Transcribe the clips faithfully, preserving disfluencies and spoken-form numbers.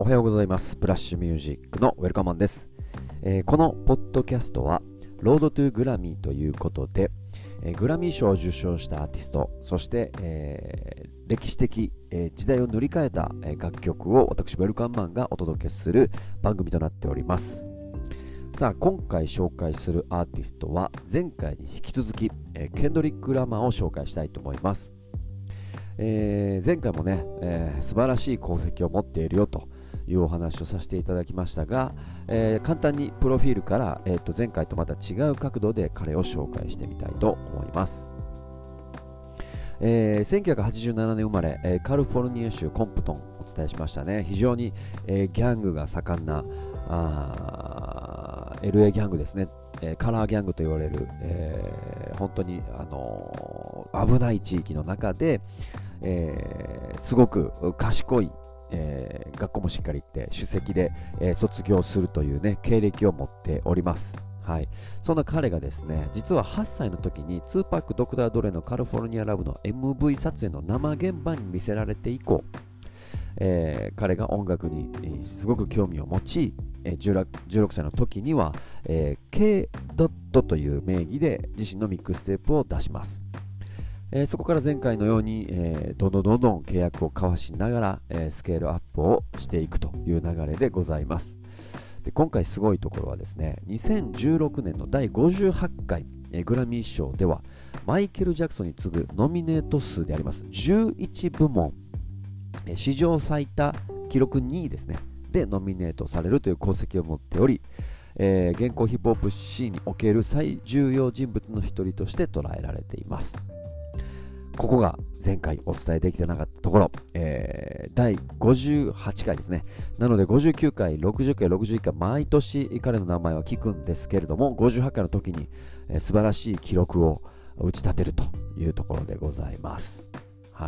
おはようございます。ブラッシュミュージックのウェルカマンです。えーこのポッドキャストはロードトゥグラミーということで、えーグラミー賞を受賞したアーティスト、そして、えー歴史的、えー時代を塗り替えた、えー楽曲を私ウェルカマンがお届けする番組となっております。さあ、今回紹介するアーティストは前回に引き続き、えーケンドリック・ラマーを紹介したいと思います。えー前回もね、えー素晴らしい功績を持っているよというお話をさせていただきましたが、えー簡単にプロフィールから、えーと前回とまた違う角度で彼を紹介してみたいと思います。えーせんきゅうひゃくはちじゅうななねん生まれ、えーカリフォルニア州コンプトンお伝えしましたね。非常に、えーギャングが盛んなあー エルエー ギャングですね、えーカラーギャングと言われる、えー本当に、あのー危ない地域の中で、えーすごく賢い、えー学校もしっかり行って首席で、えー卒業するというね経歴を持っております。はい、そんな彼がですね、実ははっさいの時にツーパックドクター・ドレのカリフォルニア・ラブの エムブイ 撮影の生現場に見せられて以降、えー彼が音楽に、えーすごく興味を持ち、えーじゅうろく、じゅうろくさいの時には、えー、K. ドットという名義で自身のミックステープを出します。えーそこから前回のように、えーどんどんどんどん契約を交わしながら、えースケールアップをしていくという流れでございます。で、今回すごいところはですね、にせんじゅうろくねんのだいごじゅうはちかい、えーグラミー賞ではマイケル・ジャクソンに次ぐノミネート数でありますじゅういちぶもん、えー史上最多記録にいですねでノミネートされるという功績を持っており、えー現行ヒップホップシーンにおける最重要人物の一人として捉えられています。ここが前回お伝えできてなかったところ、えーだいごじゅうはちかいですね。なのでごじゅうきゅうかい、ろくじゅっかい、ろくじゅういっかい、毎年彼の名前は聞くんですけれども、ごじゅうはちかいの時に、えー素晴らしい記録を打ち立てるというところでございます。はい。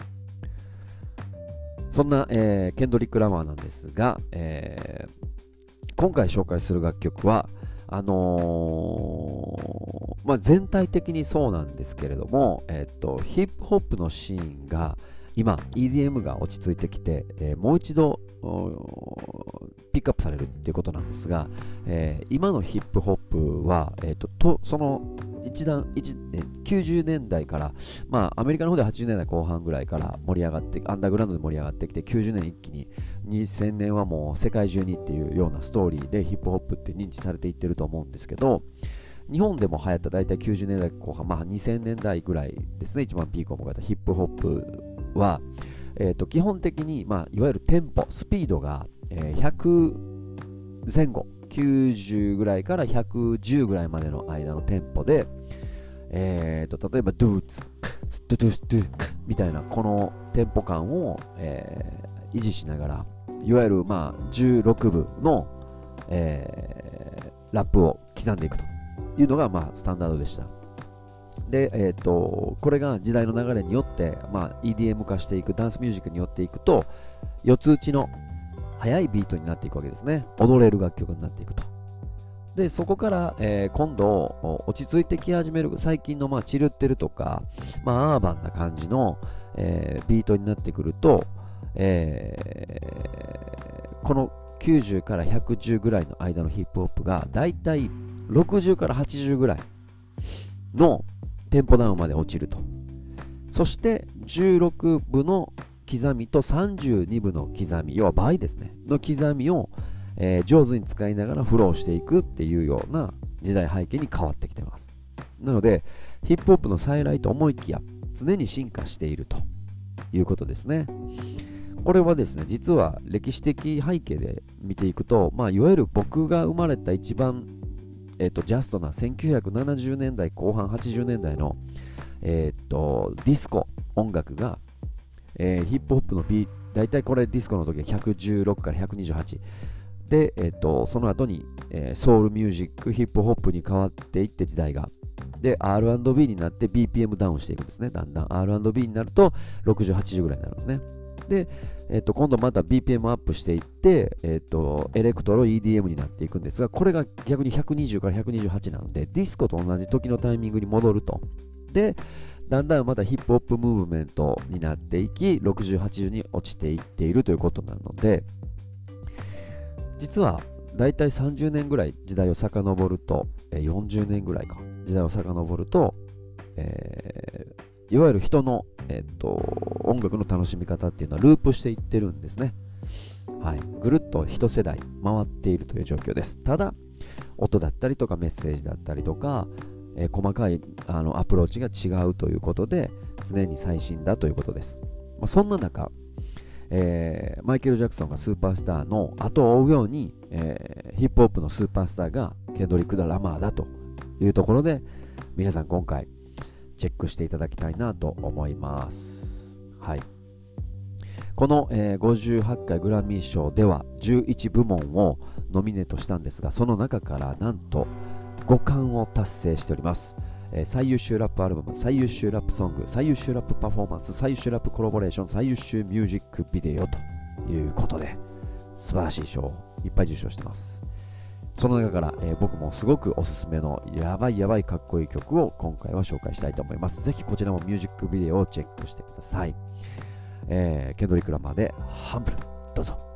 そんな、えーケンドリック・ラマーなんですが、えー今回紹介する楽曲は、あのーまあ、全体的にそうなんですけれども、えっと、ヒップホップのシーンが今 イーディーエム が落ち着いてきて、えーもう一度ピックアップされるっていうことなんですが、えー今のヒップホップは、えーと、とその一段一きゅうじゅうねんだいから、まあ、アメリカの方ではちじゅうねんだいこう半ぐらいから盛り上がってアンダーグラウンドで盛り上がってきて、きゅうじゅうねんに一気ににせんねんはもう世界中にっていうようなストーリーでヒップホップって認知されていってると思うんですけど、日本でも流行った大体きゅうじゅうねんだいこう半、まあ、にせんねんだいぐらいですね、一番ピークを迎えたヒップホップは、えー、と基本的に、まあ、いわゆるテンポスピードが、えーひゃくぜん後、きゅうじゅうぐらいからひゃくじゅうぐらいまでの間のテンポで、えー、と例えばドゥーツドゥドゥドゥみたいなこのテンポ感を、えー維持しながら、いわゆる、まあ、じゅうろくぶの、えーラップを刻んでいくというのが、まあ、スタンダードでした。で、えー、とこれが時代の流れによって、まあ、イーディーエム 化していく、ダンスミュージックによっていくと、四つ打ちの速いビートになっていくわけですね。踊れる楽曲になっていくと。で、そこから、えー今度落ち着いてき始める最近の、まあ、チルってるとか、まあ、アーバンな感じの、えービートになってくると、えーこのきゅうじゅうからひゃくじゅうぐらいの間のヒップホップがだいたいろくじゅうからはちじゅうぐらいのテンポダウンまで落ちると。そしてじゅうろくぶの刻みとさんじゅうにぶの刻み、要は倍ですねの刻みを、えー上手に使いながらフローしていくっていうような時代背景に変わってきてます。なのでヒップホップの再来と思いきや常に進化しているということですね。これはですね、実は歴史的背景で見ていくと、まあ、いわゆる僕が生まれた一番、えー、とジャストなせんきゅうひゃくななじゅうねんだいこう半はちじゅうねんだいの、えー、とディスコ音楽が、えーヒップホップのビート、大体これディスコの時はひゃくじゅうろくからひゃくにじゅうはちで、えー、とその後に、えーソウルミュージック、ヒップホップに変わっていって時代がで アールアンドビー になって ビーピーエム ダウンしていくんですね。だんだん アールアンドビー になるとろくじゅう、はちじゅうぐらいになるんですね。で、えっと、今度また ビーピーエム アップしていって、えっと、エレクトロ イーディーエム になっていくんですが、これが逆にひゃくにじゅうからひゃくにじゅうはちなので、ディスコと同じ時のタイミングに戻ると。で、だんだんまたヒップホップムーブメントになっていき、ろくじゅう、はちじゅうに落ちていっているということなので、 実はだいたいさんじゅうねんぐらい時代を遡ると、えー、よんじゅうねんぐらいか時代を遡ると、えー、いわゆる人の、えー、と音楽の楽しみ方っていうのはループしていってるんですね。はい、ぐるっと一世代回っているという状況です。ただ音だったりとかメッセージだったりとか、えー、細かいあのアプローチが違うということで常に最新だということです。まあ、そんな中、えー、マイケル・ジャクソンがスーパースターの後を追うように、えー、ヒップホップのスーパースターがケンドリック・ラマーだというところで、皆さん今回チェックしていただきたいなと思います。はい、この、えー、ごじゅうはちかいグラミー賞ではじゅういちぶもんをノミネートしたんですが、その中からなんとごかんを達成しております。えー、最優秀ラップアルバム、最優秀ラップソング、最優秀ラップパフォーマンス、最優秀ラップコラボレーション、最優秀ミュージックビデオということで、素晴らしい賞をいっぱい受賞してます。その中から、えー、僕もすごくおすすめのやばいやばいかっこいい曲を今回は紹介したいと思います。ぜひこちらもミュージックビデオをチェックしてください。えー、ケンドリック・ラマーでハンブル、どうぞ。